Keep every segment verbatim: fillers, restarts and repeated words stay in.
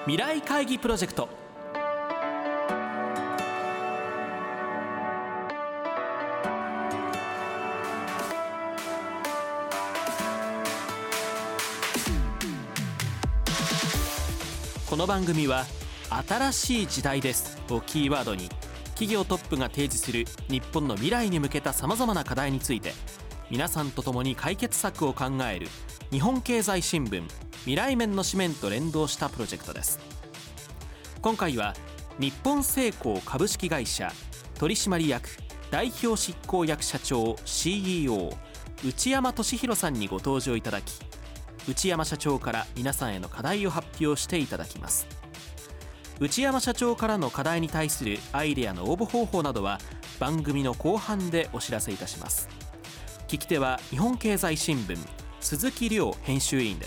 未来会議プロジェクト。この番組は新しい時代ですをキーワードに、企業トップが提示する日本の未来に向けたさまざまな課題について、皆さんと共に解決策を考える日本経済新聞未来面の紙面と連動したプロジェクトです。今回は日本製鋼株式会社取締役代表執行役社長 シーイーオー 内山俊弘さんにご登場いただき、内山社長から皆さんへの課題を発表していただきます。内山社長からの課題に対するアイデアの応募方法などは番組の後半でお知らせいたします。聞き手は日本経済新聞鈴木亮編集員です。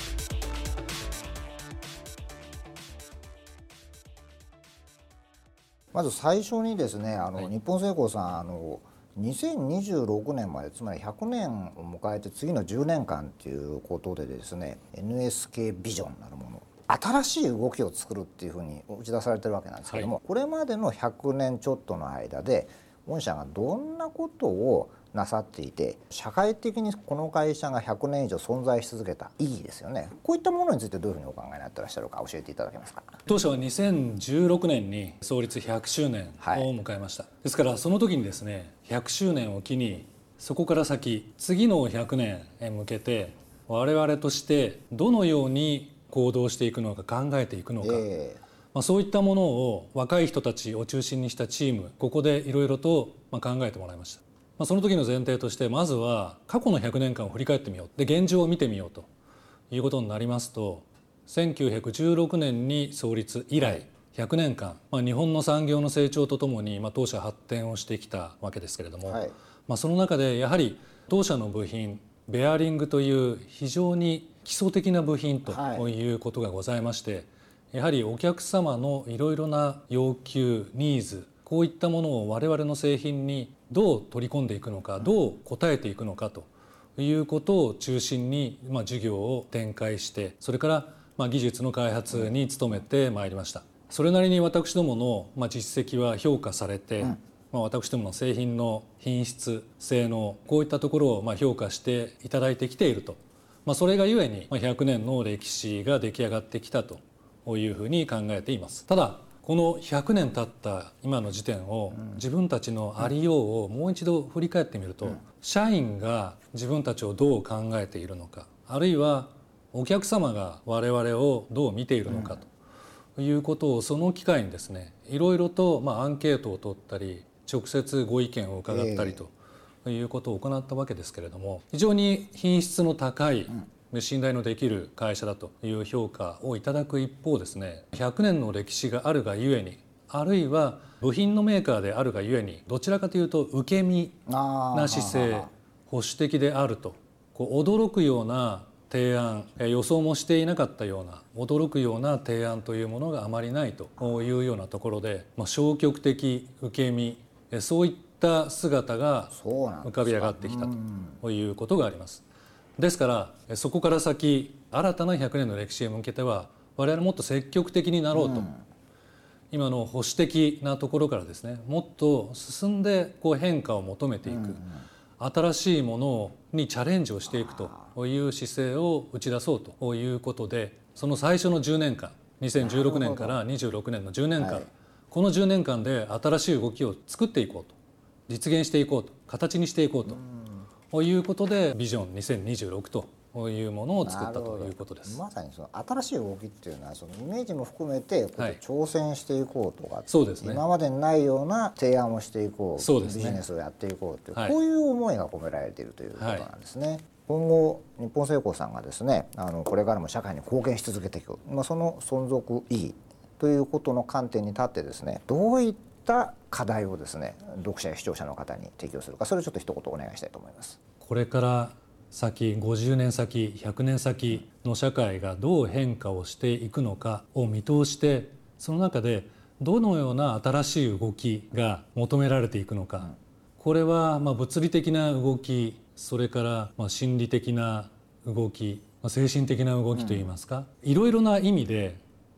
まず最初にですね、あの、はい、日本製鋼さん、あのにせんにじゅうろくねんまで、つまりひゃくねんを迎えて次のじゅうねんかんということでですね、 エヌエスケー ビジョンなるもの、新しい動きを作るっていうふうに打ち出されてるわけなんですけども、はい、これまでのひゃくねんちょっとの間で御社がどんなことをなさっていて、社会的にこの会社がひゃくねん以上存在し続けた意義ですよね。こういったものについてどういうふうにお考えになってらっしゃるか教えていただけますか。 当社はにせんじゅうろくねんに創立ひゃくしゅうねんを迎えました、はい、ですからその時にですね、ひゃくしゅうねんを機にそこから先次のひゃくねんへ向けて我々としてどのように行動していくのか考えていくのか、えーまあ、そういったものを若い人たちを中心にしたチーム、ここでいろいろと考えてもらいました。まあ、その時の前提として、まずは過去のひゃくねんかんを振り返ってみよう、で現状を見てみようということになりますと、せんきゅうひゃくじゅうろくねんに創立以来ひゃくねんかん、まあ、日本の産業の成長とともに、まあ、当社発展をしてきたわけですけれども、はい、まあ、その中でやはり当社の部品ベアリングという非常に基礎的な部品ということがございまして、はい、やはりお客様のいろいろな要求ニーズ、こういったものを我々の製品にどう取り込んでいくのか、どう応えていくのかということを中心に、まあ、事業を展開して、それからまあ技術の開発に努めてまいりました。それなりに私どものまあ実績は評価されて、うん、まあ、私どもの製品の品質、性能、こういったところをまあ評価していただいてきていると、まあ、それがゆえにひゃくねんの歴史が出来上がってきたというふうに考えています。ただこのひゃくねん経った今の時点を、自分たちのありようをもう一度振り返ってみると、社員が自分たちをどう考えているのか、あるいはお客様が我々をどう見ているのかということを、その機会にですね、いろいろとまあアンケートを取ったり直接ご意見を伺ったりということを行ったわけですけれども、非常に品質の高い信頼のできる会社だという評価をいただく一方ですね、ひゃくねんの歴史があるがゆえに、あるいは部品のメーカーであるがゆえに、どちらかというと受け身な姿勢、保守的であると、こう驚くような提案、予想もしていなかったような驚くような提案というものがあまりないというようなところで、まあ、消極的、受け身、そういった姿が浮かび上がってきたということがあります。ですからそこから先、新たなひゃくねんの歴史へ向けては我々もっと積極的になろうと、うん、今の保守的なところからですね、もっと進んでこう変化を求めていく、うんうん、新しいものにチャレンジをしていくという姿勢を打ち出そうということで、その最初のじゅうねんかん、にせんじゅうろくねんからにじゅうろくねんのじゅうねんかん、はい、このじゅうねんかんで新しい動きを作っていこうと、実現していこうと、形にしていこうと、うんということでビジョンにせんにじゅうろくというものを作ったということです。 まさにその新しい動きっていうのは、そのイメージも含めてこう挑戦していこうとか、はい、そうですね、今までにないような提案をしていこう、そうですね、ビジネスをやっていこうという、はい、こういう思いが込められているということなんですね。はい、今後日本製鋼さんがですね、あのこれからも社会に貢献し続けていく、まあ、その存続意義ということの観点に立ってですね、どういった課題をですね、読者や視聴者の方に提供するか、それをちょっと一言お願いしたいと思います。 これから先、ごじゅうねんさき、ひゃくねんさきの社会がどう変化をしていくのかを見通して、その中でどのような新しい動きが求められていくのか、うん、これはまあ物理的な動き、それからまあ心理的な動き、精神的な動きといいますか、いろいろな意味で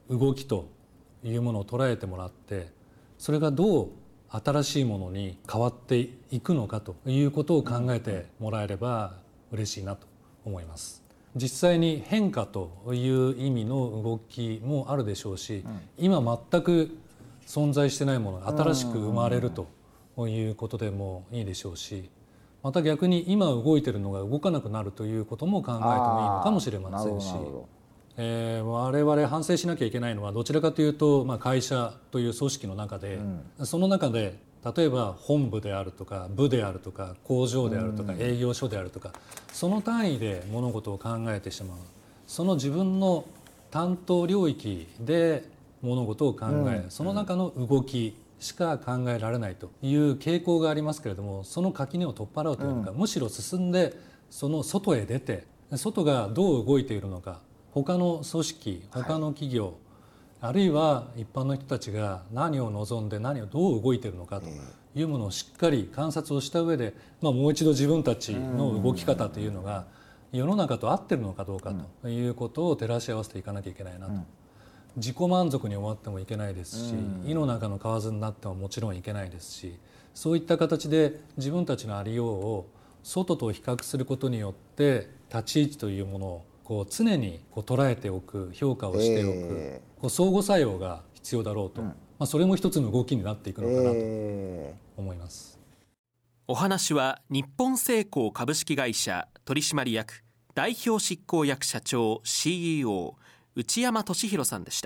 動きというものを捉えてもらって、それがどう新しいものに変わっていくのかということを考えてもらえれば嬉しいなと思います。実際に変化という意味の動きもあるでしょうし、今全く存在してないものが新しく生まれるということでもいいでしょうし、また逆に今動いているのが動かなくなるということも考えてもいいのかもしれませんし、えー、我々反省しなきゃいけないのはどちらかというと、まあ、会社という組織の中で、うん、その中で例えば本部であるとか部であるとか工場であるとか営業所であるとか、その単位で物事を考えてしまう。その自分の担当領域で物事を考え、その中の動きしか考えられないという傾向がありますけれども、その垣根を取っ払うというか、むしろ進んでその外へ出て、外がどう動いているのか、他の組織、他の企業、はい、あるいは一般の人たちが何を望んで何をどう動いているのかというものをしっかり観察をした上で、まあ、もう一度自分たちの動き方というのが世の中と合っているのかどうかということを照らし合わせていかなきゃいけないなと。自己満足に終わってもいけないですし、井の中の蛙になってももちろんいけないですし、そういった形で自分たちのありようを外と比較することによって立ち位置というものをこう常にこう捉えておく、評価をしておく、えー、こう相互作用が必要だろうと、うん、まあ、それも一つの動きになっていくのかなと思います。 えー、お話は日本製鋼株式会社取締役代表執行役社長 シーイーオー 内山俊弘さんでした。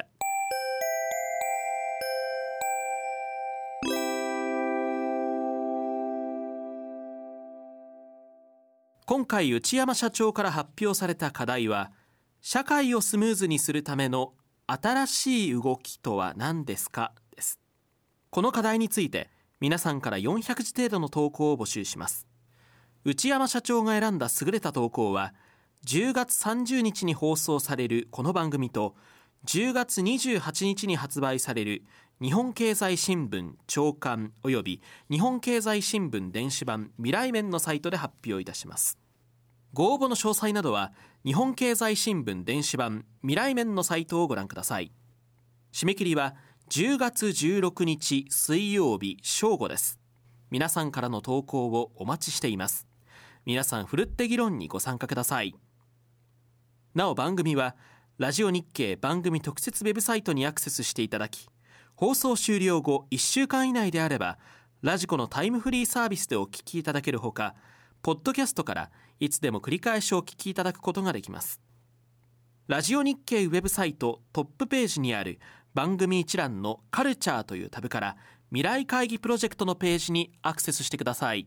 今回内山社長から発表された課題は、社会をスムーズにするための新しい動きとは何ですかです。この課題について皆さんからよんひゃくじ程度の投稿を募集します。内山社長が選んだ優れた投稿はじゅうがつさんじゅうにちに放送されるこの番組とじゅうがつにじゅうはちにちに発売される日本経済新聞朝刊および日本経済新聞電子版未来面のサイトで発表いたします。ご応募の詳細などは日本経済新聞電子版未来面のサイトをご覧ください。締め切りはじゅうがつじゅうろくにち水曜日正午です。皆さんからの投稿をお待ちしています。皆さんふるって議論にご参加ください。なお番組はラジオ日経番組特設ウェブサイトにアクセスしていただき、放送終了後いっしゅうかん以内であればラジコのタイムフリーサービスでお聞きいただけるほか、ポッドキャストからいつでも繰り返しお聞きいただくことができます。ラジオ日経ウェブサイトトップページにある番組一覧のカルチャーというタブから未来会議プロジェクトのページにアクセスしてください。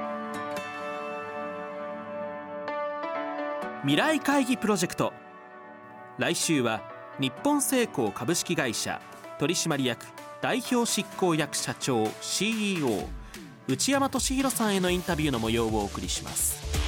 未来会議プロジェクト、来週は日本製鋼株式会社取締役代表執行役社長 シーイーオー 内山俊弘さんへのインタビューの模様をお送りします。